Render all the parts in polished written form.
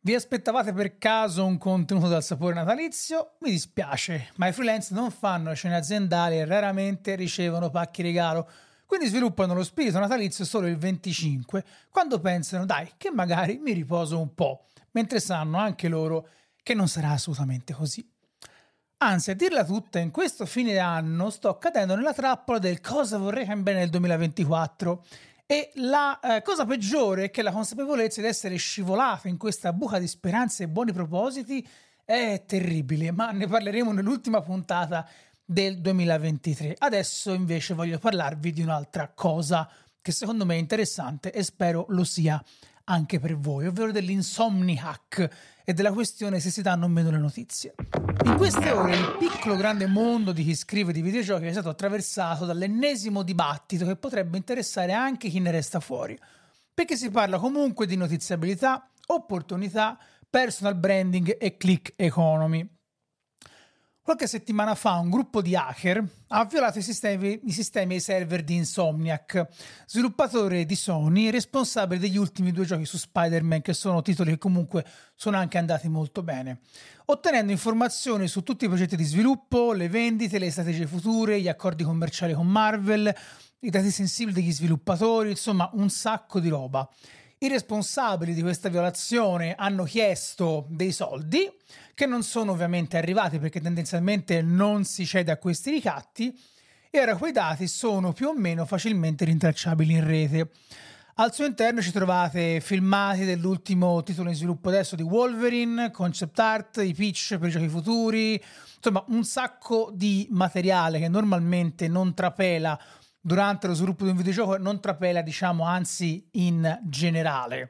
Vi aspettavate per caso un contenuto dal sapore natalizio? Mi dispiace, ma i freelance non fanno scene aziendali e raramente ricevono pacchi regalo, quindi sviluppano lo spirito natalizio solo il 25, quando pensano, dai, che magari mi riposo un po', mentre sanno anche loro che non sarà assolutamente così. Anzi, a dirla tutta, in questo fine anno sto cadendo nella trappola del cosa vorrei cambiare nel 2024 e la cosa peggiore è che la consapevolezza di essere scivolato in questa buca di speranze e buoni propositi è terribile, ma ne parleremo nell'ultima puntata del 2023. Adesso invece voglio parlarvi di un'altra cosa che secondo me è interessante e spero lo sia anche per voi, ovvero dell'insomniac e della questione se si danno o meno le notizie. In queste ore il piccolo grande mondo di chi scrive di videogiochi è stato attraversato dall'ennesimo dibattito che potrebbe interessare anche chi ne resta fuori, perché si parla comunque di notiziabilità, opportunità, personal branding e click economy. Qualche settimana fa un gruppo di hacker ha violato i sistemi e i server di Insomniac, sviluppatore di Sony responsabile degli ultimi 2 giochi su Spider-Man, che sono titoli che comunque sono anche andati molto bene, ottenendo informazioni su tutti i progetti di sviluppo, le vendite, le strategie future, gli accordi commerciali con Marvel, i dati sensibili degli sviluppatori, insomma un sacco di roba. I responsabili di questa violazione hanno chiesto dei soldi, che non sono ovviamente arrivati perché tendenzialmente non si cede a questi ricatti, e ora quei dati sono più o meno facilmente rintracciabili in rete. Al suo interno ci trovate filmati dell'ultimo titolo in sviluppo adesso di Wolverine, concept art, i pitch per i giochi futuri, insomma un sacco di materiale che normalmente non trapela durante lo sviluppo di un videogioco, non trapela, diciamo, anzi in generale.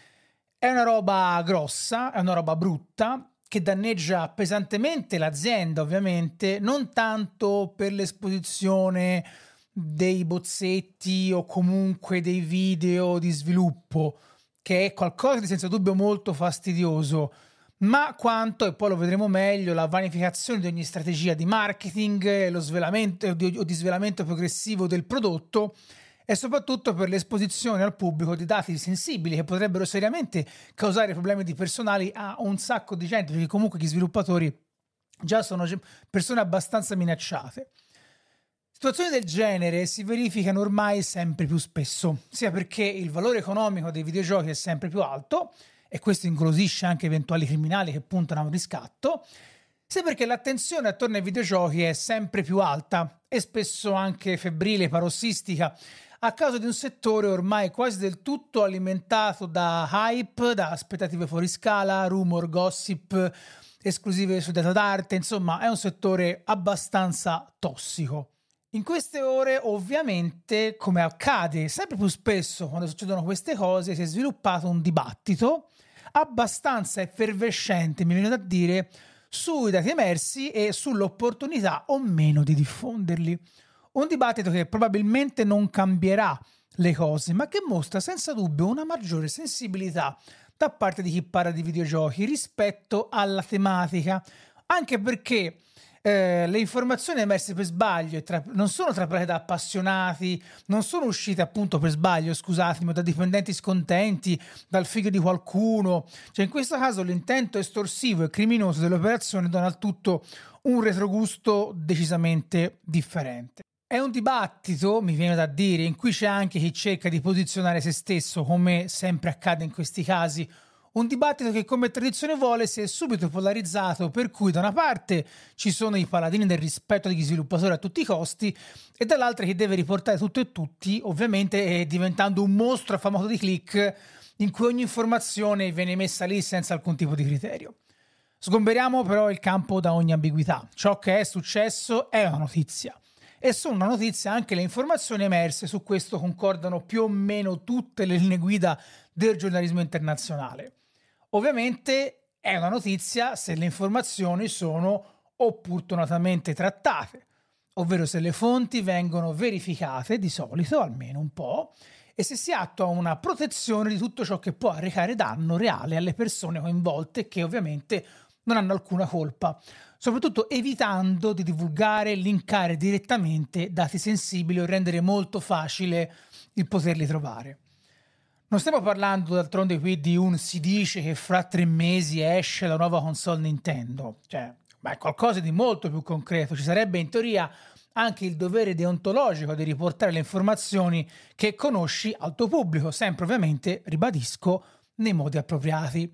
È una roba grossa, è una roba brutta, che danneggia pesantemente l'azienda, ovviamente, non tanto per l'esposizione dei bozzetti o comunque dei video di sviluppo, che è qualcosa di senza dubbio molto fastidioso, ma quanto, e poi lo vedremo meglio, la vanificazione di ogni strategia di marketing, lo svelamento o di svelamento progressivo del prodotto, e soprattutto per l'esposizione al pubblico di dati sensibili che potrebbero seriamente causare problemi di personali a un sacco di gente, perché comunque gli sviluppatori già sono persone abbastanza minacciate. Situazioni del genere si verificano ormai sempre più spesso, sia perché il valore economico dei videogiochi è sempre più alto, e questo incuriosisce anche eventuali criminali che puntano a un riscatto, sia perché l'attenzione attorno ai videogiochi è sempre più alta e spesso anche febbrile, parossistica, a causa di un settore ormai quasi del tutto alimentato da hype, da aspettative fuori scala, rumor, gossip, esclusive su data d'arte, insomma è un settore abbastanza tossico. In queste ore, ovviamente, come accade sempre più spesso quando succedono queste cose, si è sviluppato un dibattito abbastanza effervescente, mi viene da dire, sui dati emersi e sull'opportunità o meno di diffonderli. Un dibattito che probabilmente non cambierà le cose, ma che mostra senza dubbio una maggiore sensibilità da parte di chi parla di videogiochi rispetto alla tematica, anche perché le informazioni emerse per sbaglio non sono trapelate da appassionati, non sono uscite appunto per sbaglio, scusatemi, da dipendenti scontenti, dal figlio di qualcuno. Cioè in questo caso l'intento estorsivo e criminoso dell'operazione dona al tutto un retrogusto decisamente differente. È un dibattito, mi viene da dire, in cui c'è anche chi cerca di posizionare se stesso, come sempre accade in questi casi. Un dibattito che, come tradizione vuole, si è subito polarizzato, per cui da una parte ci sono i paladini del rispetto degli sviluppatori a tutti i costi e dall'altra chi deve riportare tutto e tutti, ovviamente diventando un mostro affamato di click in cui ogni informazione viene messa lì senza alcun tipo di criterio. Sgomberiamo però il campo da ogni ambiguità. Ciò che è successo è una notizia. E sono una notizia anche le informazioni emerse, su questo concordano più o meno tutte le linee guida del giornalismo internazionale. Ovviamente è una notizia se le informazioni sono opportunamente trattate, ovvero se le fonti vengono verificate, di solito almeno un po', e se si attua una protezione di tutto ciò che può arrecare danno reale alle persone coinvolte, che ovviamente non hanno alcuna colpa, soprattutto evitando di divulgare e linkare direttamente dati sensibili o rendere molto facile il poterli trovare. Non stiamo parlando d'altronde qui di un si dice che fra 3 mesi esce la nuova console Nintendo, cioè, ma è qualcosa di molto più concreto. Ci sarebbe in teoria anche il dovere deontologico di riportare le informazioni che conosci al tuo pubblico, sempre ovviamente, ribadisco, nei modi appropriati.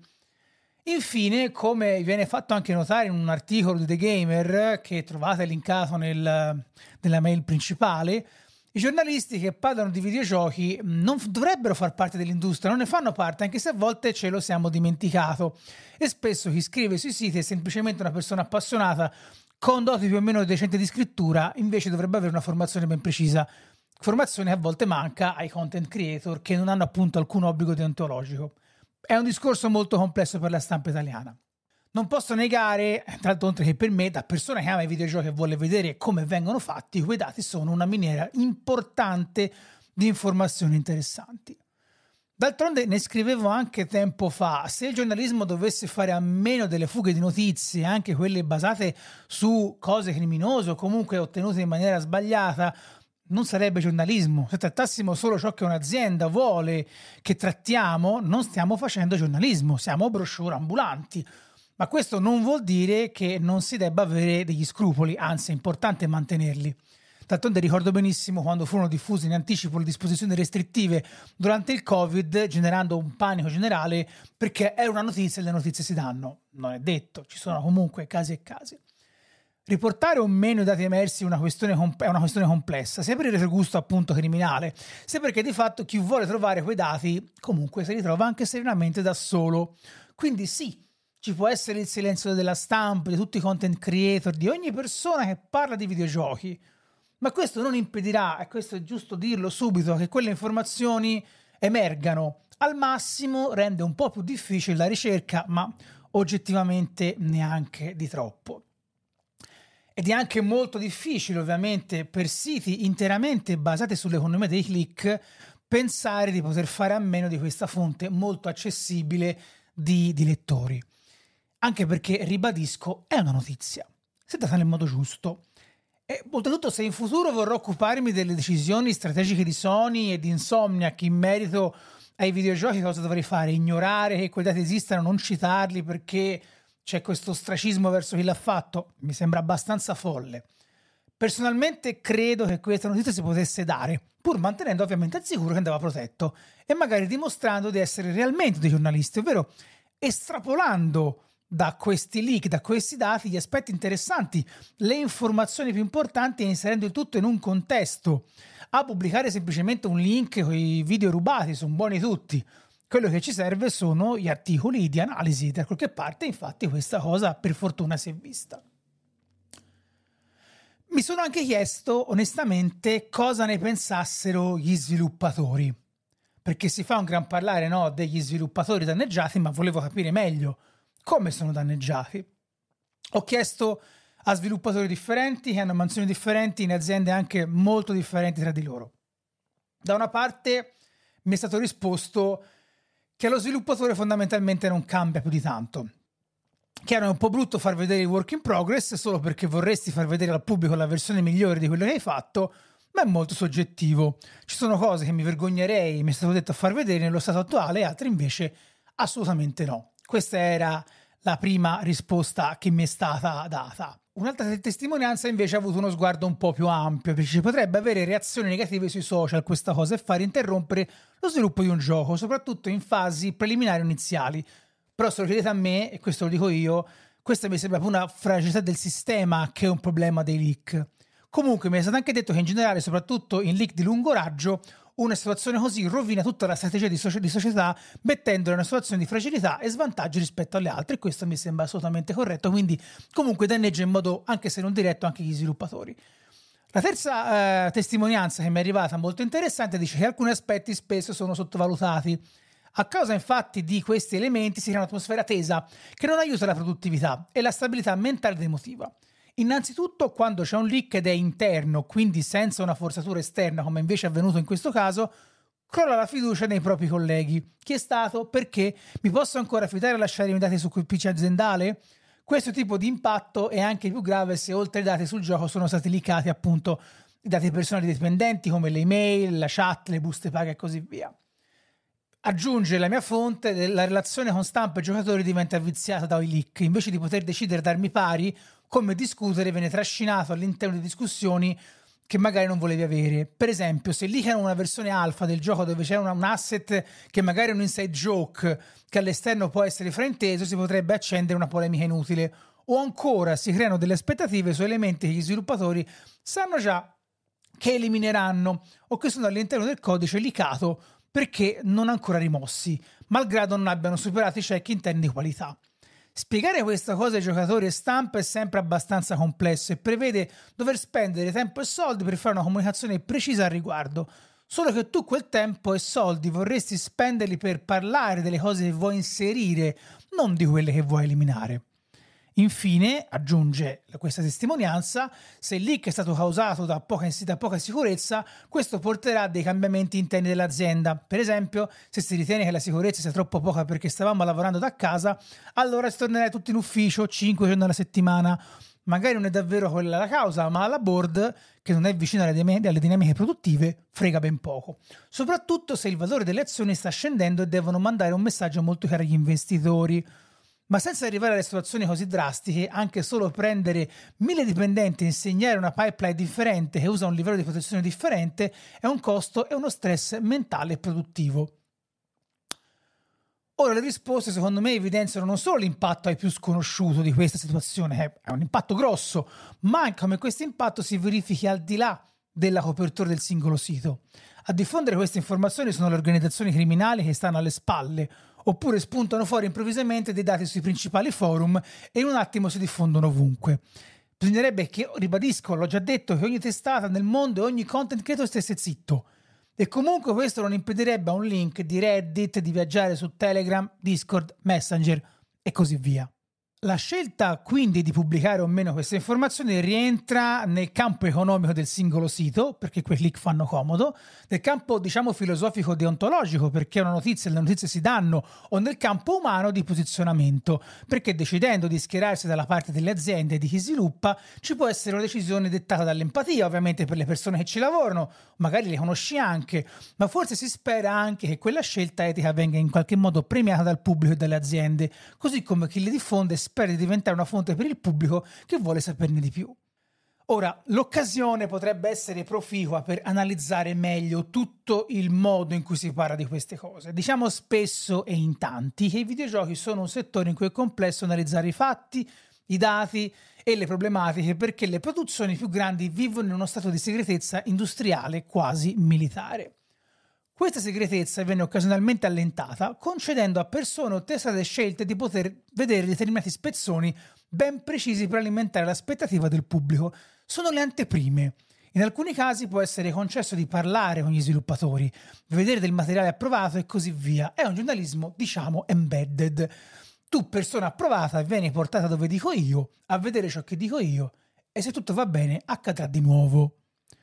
Infine, come viene fatto anche notare in un articolo di The Gamer che trovate linkato nella mail principale, i giornalisti che parlano di videogiochi non dovrebbero far parte dell'industria, non ne fanno parte, anche se a volte ce lo siamo dimenticato. E spesso chi scrive sui siti è semplicemente una persona appassionata con doti più o meno decenti di scrittura, invece dovrebbe avere una formazione ben precisa. Formazione che a volte manca ai content creator che non hanno appunto alcun obbligo deontologico. È un discorso molto complesso per la stampa italiana. Non posso negare, d'altronde, che per me, da persona che ama i videogiochi e vuole vedere come vengono fatti, quei dati sono una miniera importante di informazioni interessanti. D'altronde ne scrivevo anche tempo fa, se il giornalismo dovesse fare a meno delle fughe di notizie, anche quelle basate su cose criminose o comunque ottenute in maniera sbagliata, non sarebbe giornalismo. Se trattassimo solo ciò che un'azienda vuole che trattiamo, non stiamo facendo giornalismo, siamo brochure ambulanti. Ma questo non vuol dire che non si debba avere degli scrupoli, anzi è importante mantenerli. D'altronde ricordo benissimo quando furono diffuse in anticipo le disposizioni restrittive durante il Covid, generando un panico generale perché è una notizia e le notizie si danno. Non è detto, ci sono comunque casi e casi. Riportare o meno i dati emersi è una questione complessa, sia per il retrogusto appunto criminale, sia perché di fatto chi vuole trovare quei dati comunque se li trova anche serenamente da solo. Quindi sì, ci può essere il silenzio della stampa, di tutti i content creator, di ogni persona che parla di videogiochi, ma questo non impedirà, e questo è giusto dirlo subito, che quelle informazioni emergano. Al massimo rende un po' più difficile la ricerca, ma oggettivamente neanche di troppo. Ed è anche molto difficile, ovviamente, per siti interamente basati sull'economia dei click, pensare di poter fare a meno di questa fonte molto accessibile di lettori. Anche perché, ribadisco, è una notizia, se data nel modo giusto. E oltretutto, se in futuro vorrò occuparmi delle decisioni strategiche di Sony e di Insomniac in merito ai videogiochi, cosa dovrei fare? Ignorare che quei dati esistano, non citarli perché c'è questo ostracismo verso chi l'ha fatto? Mi sembra abbastanza folle. Personalmente credo che questa notizia si potesse dare, pur mantenendo ovviamente al sicuro che andava protetto e magari dimostrando di essere realmente dei giornalisti, ovvero estrapolando da questi leak, da questi dati, gli aspetti interessanti, le informazioni più importanti e inserendo il tutto in un contesto. A pubblicare semplicemente un link con i video rubati sono buoni tutti. Quello che ci serve sono gli articoli di analisi, da qualche parte infatti questa cosa per fortuna si è vista. Mi sono anche chiesto onestamente cosa ne pensassero gli sviluppatori, perché si fa un gran parlare, no, degli sviluppatori danneggiati, ma volevo capire meglio come sono danneggiati. Ho chiesto a sviluppatori differenti che hanno mansioni differenti in aziende anche molto differenti tra di loro. Da una parte mi è stato risposto che allo sviluppatore fondamentalmente non cambia più di tanto. Chiaro, è un po' brutto far vedere il work in progress solo perché vorresti far vedere al pubblico la versione migliore di quello che hai fatto, ma è molto soggettivo. Ci sono cose che mi vergognerei, mi è stato detto, a far vedere nello stato attuale, e altre invece assolutamente no. Questa era la prima risposta che mi è stata data. Un'altra testimonianza invece ha avuto uno sguardo un po' più ampio, perché potrebbe avere reazioni negative sui social questa cosa e far interrompere lo sviluppo di un gioco, soprattutto in fasi preliminari o iniziali. Però se lo chiedete a me, e questo lo dico io, questa mi sembra più una fragilità del sistema che un problema dei leak. Comunque mi è stato anche detto che in generale, soprattutto in leak di lungo raggio, una situazione così rovina tutta la strategia di società, mettendola in una situazione di fragilità e svantaggio rispetto alle altre, e questo mi sembra assolutamente corretto, quindi comunque danneggia in modo, anche se non diretto, anche gli sviluppatori. La terza testimonianza che mi è arrivata molto interessante dice che alcuni aspetti spesso sono sottovalutati. A causa infatti di questi elementi si crea un'atmosfera tesa che non aiuta la produttività e la stabilità mentale ed emotiva. Innanzitutto, quando c'è un leak ed è interno, quindi senza una forzatura esterna, come invece è avvenuto in questo caso, crolla la fiducia nei propri colleghi. Chi è stato? Perché? Mi posso ancora fidare a lasciare i miei dati su quel PC aziendale? Questo tipo di impatto è anche più grave se oltre ai dati sul gioco sono stati leakati appunto i dati personali dei dipendenti come le email, la chat, le buste paga e così via. Aggiunge la mia fonte, la relazione con stampa e giocatori diventa viziata dai leak. Invece di poter decidere d'armi pari come discutere, viene trascinato all'interno di discussioni che magari non volevi avere. Per esempio, se leakano una versione alfa del gioco dove c'è un asset che magari è un inside joke che all'esterno può essere frainteso, si potrebbe accendere una polemica inutile. O ancora si creano delle aspettative su elementi che gli sviluppatori sanno già che elimineranno o che sono all'interno del codice leakato perché non ancora rimossi, malgrado non abbiano superato i check interni di qualità. Spiegare questa cosa ai giocatori e stampa è sempre abbastanza complesso e prevede dover spendere tempo e soldi per fare una comunicazione precisa al riguardo, solo che tu quel tempo e soldi vorresti spenderli per parlare delle cose che vuoi inserire, non di quelle che vuoi eliminare. Infine, aggiunge questa testimonianza, se il leak è stato causato da poca sicurezza, questo porterà a dei cambiamenti interni dell'azienda. Per esempio, se si ritiene che la sicurezza sia troppo poca perché stavamo lavorando da casa, allora si tornerà tutti in ufficio 5 giorni alla settimana. Magari non è davvero quella la causa, ma alla board, che non è vicina alle dinamiche produttive, frega ben poco. Soprattutto se il valore delle azioni sta scendendo e devono mandare un messaggio molto chiaro agli investitori. Ma senza arrivare alle situazioni così drastiche, anche solo prendere 1000 dipendenti e insegnare una pipeline differente che usa un livello di protezione differente è un costo e uno stress mentale e produttivo. Ora le risposte secondo me evidenziano non solo l'impatto ai più sconosciuto di questa situazione, che è un impatto grosso, ma anche come questo impatto si verifichi al di là della copertura del singolo sito. A diffondere queste informazioni sono le organizzazioni criminali che stanno alle spalle, oppure spuntano fuori improvvisamente dei dati sui principali forum e in un attimo si diffondono ovunque. Bisognerebbe che, ribadisco, l'ho già detto, che ogni testata nel mondo e ogni content creator stesse zitto. E comunque questo non impedirebbe a un link di Reddit di viaggiare su Telegram, Discord, Messenger e così via. La scelta quindi di pubblicare o meno queste informazioni rientra nel campo economico del singolo sito, perché quei click fanno comodo, nel campo diciamo filosofico deontologico, perché una notizia e le notizie si danno, o nel campo umano di posizionamento, perché decidendo di schierarsi dalla parte delle aziende e di chi sviluppa ci può essere una decisione dettata dall'empatia, ovviamente per le persone che ci lavorano, magari le conosci anche, ma forse si spera anche che quella scelta etica venga in qualche modo premiata dal pubblico e dalle aziende, così come chi le diffonde spera di diventare una fonte per il pubblico che vuole saperne di più. Ora, l'occasione potrebbe essere proficua per analizzare meglio tutto il modo in cui si parla di queste cose. Diciamo spesso e in tanti che i videogiochi sono un settore in cui è complesso analizzare i fatti, i dati e le problematiche perché le produzioni più grandi vivono in uno stato di segretezza industriale quasi militare. Questa segretezza viene occasionalmente allentata, concedendo a persone o testate scelte di poter vedere determinati spezzoni ben precisi per alimentare l'aspettativa del pubblico. Sono le anteprime. In alcuni casi può essere concesso di parlare con gli sviluppatori, vedere del materiale approvato e così via. È un giornalismo, diciamo, embedded. Tu, persona approvata, vieni portata dove dico io, a vedere ciò che dico io, e se tutto va bene accadrà di nuovo.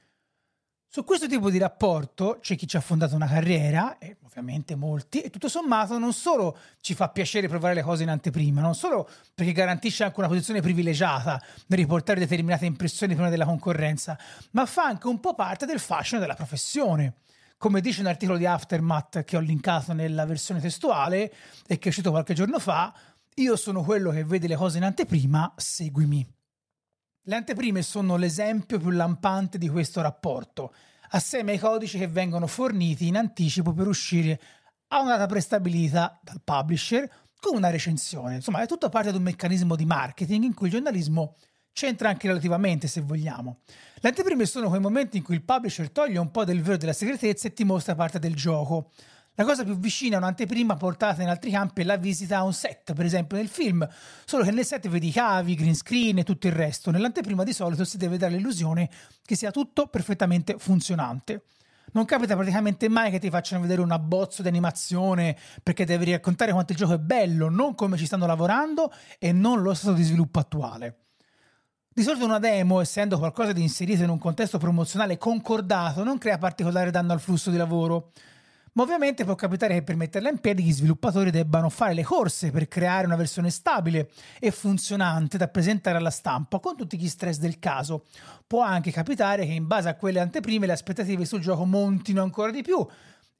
Su questo tipo di rapporto c'è chi ci ha fondato una carriera, e ovviamente molti, e tutto sommato non solo ci fa piacere provare le cose in anteprima, non solo perché garantisce anche una posizione privilegiata nel riportare determinate impressioni prima della concorrenza, ma fa anche un po' parte del fascino della professione. Come dice un articolo di Aftermath che ho linkato nella versione testuale e che è uscito qualche giorno fa, io sono quello che vede le cose in anteprima, seguimi. Le anteprime sono l'esempio più lampante di questo rapporto, assieme ai codici che vengono forniti in anticipo per uscire a una data prestabilita dal publisher con una recensione. Insomma, è tutto parte di un meccanismo di marketing in cui il giornalismo c'entra anche relativamente, se vogliamo. Le anteprime sono quei momenti in cui il publisher toglie un po' del velo della segretezza e ti mostra parte del gioco. La cosa più vicina a un'anteprima portata in altri campi è la visita a un set, per esempio nel film, solo che nel set vedi cavi, green screen e tutto il resto. Nell'anteprima di solito si deve dare l'illusione che sia tutto perfettamente funzionante. Non capita praticamente mai che ti facciano vedere un abbozzo di animazione perché devi raccontare quanto il gioco è bello, non come ci stanno lavorando e non lo stato di sviluppo attuale. Di solito una demo, essendo qualcosa di inserito in un contesto promozionale concordato, non crea particolare danno al flusso di lavoro. Ma ovviamente può capitare che per metterla in piedi gli sviluppatori debbano fare le corse per creare una versione stabile e funzionante da presentare alla stampa con tutti gli stress del caso. Può anche capitare che in base a quelle anteprime le aspettative sul gioco montino ancora di più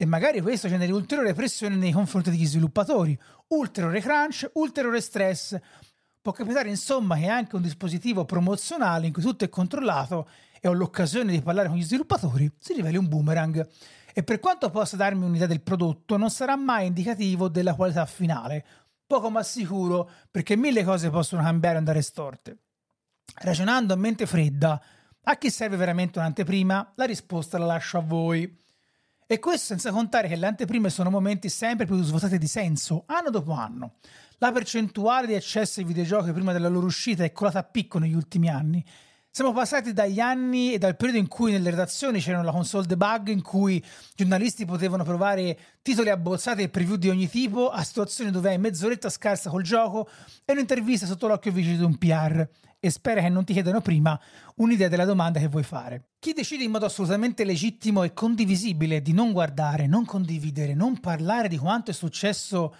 E magari questo generi ulteriore pressione nei confronti degli sviluppatori, ulteriore crunch, ulteriore stress. Può capitare insomma che anche un dispositivo promozionale in cui tutto è controllato e ho l'occasione di parlare con gli sviluppatori si riveli un boomerang. E per quanto possa darmi un'idea del prodotto, non sarà mai indicativo della qualità finale. Poco ma sicuro, perché mille cose possono cambiare e andare storte. Ragionando a mente fredda, a chi serve veramente un'anteprima? La risposta la lascio a voi. E questo senza contare che le anteprime sono momenti sempre più svuotati di senso, anno dopo anno. La percentuale di accesso ai videogiochi prima della loro uscita è colata a picco negli ultimi anni. Siamo passati dagli anni e dal periodo in cui nelle redazioni c'erano la console debug, in cui giornalisti potevano provare titoli abbozzati e preview di ogni tipo, a situazioni dove hai mezz'oretta scarsa col gioco e un'intervista sotto l'occhio vigile di un PR. E spera che non ti chiedano prima un'idea della domanda che vuoi fare. Chi decide in modo assolutamente legittimo e condivisibile di non guardare, non condividere, non parlare di quanto è successo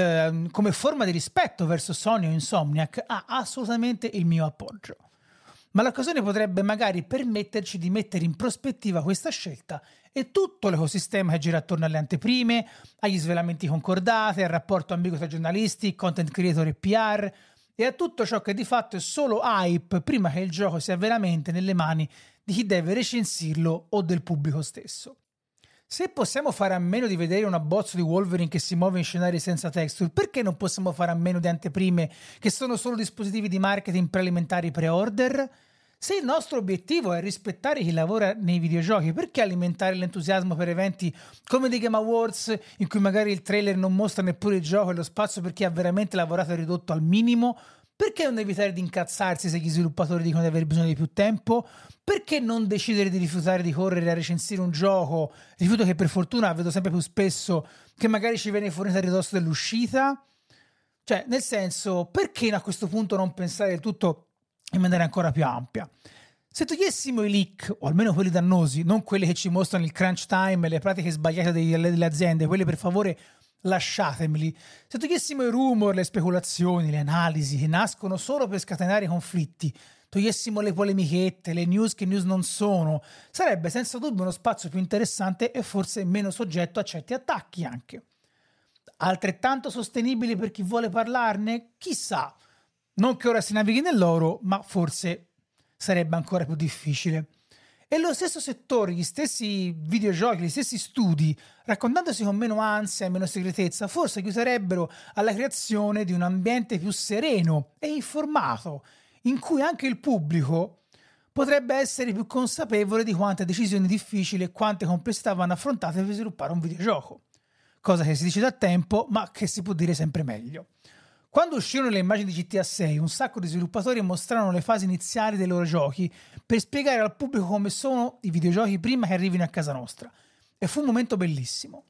come forma di rispetto verso Sony o Insomniac ha assolutamente il mio appoggio. Ma l'occasione potrebbe magari permetterci di mettere in prospettiva questa scelta e tutto l'ecosistema che gira attorno alle anteprime, agli svelamenti concordati, al rapporto ambiguo tra giornalisti, content creator e PR, e a tutto ciò che di fatto è solo hype prima che il gioco sia veramente nelle mani di chi deve recensirlo o del pubblico stesso. Se possiamo fare a meno di vedere un abbozzo di Wolverine che si muove in scenari senza texture, perché non possiamo fare a meno di anteprime che sono solo dispositivi di marketing prealimentari pre-order? Se il nostro obiettivo è rispettare chi lavora nei videogiochi, perché alimentare l'entusiasmo per eventi come The Game Awards, in cui magari il trailer non mostra neppure il gioco e lo spazio per chi ha veramente lavorato è ridotto al minimo? Perché non evitare di incazzarsi se gli sviluppatori dicono di avere bisogno di più tempo? Perché non decidere di rifiutare di correre a recensire un gioco, rifiuto che per fortuna vedo sempre più spesso, che magari ci viene fornito a ridosso dell'uscita? Cioè, nel senso, perché a questo punto non pensare il tutto in maniera ancora più ampia? Se togliessimo i leak, o almeno quelli dannosi, non quelli che ci mostrano il crunch time e le pratiche sbagliate delle aziende, quelli per favore lasciatemeli. Se togliessimo i rumor, le speculazioni, le analisi che nascono solo per scatenare i conflitti, togliessimo le polemichette, le news che news non sono, sarebbe senza dubbio uno spazio più interessante e forse meno soggetto a certi attacchi anche. Altrettanto sostenibili per chi vuole parlarne? Chissà. Non che ora si navighi nell'oro, ma forse sarebbe ancora più difficile. E lo stesso settore, gli stessi videogiochi, gli stessi studi, raccontandosi con meno ansia e meno segretezza, forse aiuterebbero alla creazione di un ambiente più sereno e informato, in cui anche il pubblico potrebbe essere più consapevole di quante decisioni difficili e quante complessità vanno affrontate per sviluppare un videogioco. Cosa che si dice da tempo, ma che si può dire sempre meglio. Quando uscirono le immagini di GTA 6, un sacco di sviluppatori mostrarono le fasi iniziali dei loro giochi per spiegare al pubblico come sono i videogiochi prima che arrivino a casa nostra. E fu un momento bellissimo.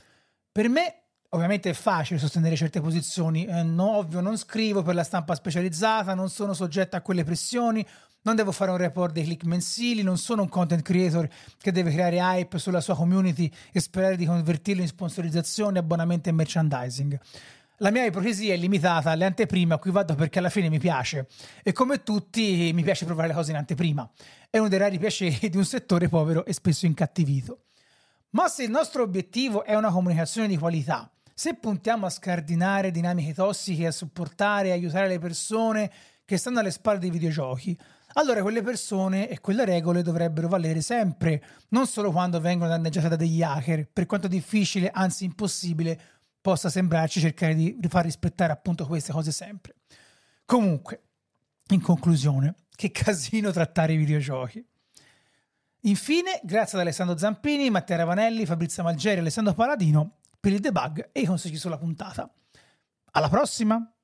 Per me, ovviamente è facile sostenere certe posizioni, ovvio, non scrivo per la stampa specializzata, non sono soggetto a quelle pressioni, non devo fare un report dei click mensili, non sono un content creator che deve creare hype sulla sua community e sperare di convertirlo in sponsorizzazione, abbonamento e merchandising. La mia ipocrisia è limitata alle anteprime a cui vado perché alla fine mi piace e come tutti mi piace provare le cose in anteprima. È uno dei rari piaceri di un settore povero e spesso incattivito. Ma se il nostro obiettivo è una comunicazione di qualità, se puntiamo a scardinare dinamiche tossiche, a supportare e aiutare le persone che stanno alle spalle dei videogiochi, allora quelle persone e quelle regole dovrebbero valere sempre, non solo quando vengono danneggiate da degli hacker, per quanto difficile, anzi impossibile, possa sembrarci cercare di far rispettare appunto queste cose sempre. Comunque, in conclusione, che casino trattare i videogiochi. Infine, grazie ad Alessandro Zampini, Matteo Ravanelli, Fabrizio Malgeri e Alessandro Paladino per il debug e i consigli sulla puntata. Alla prossima!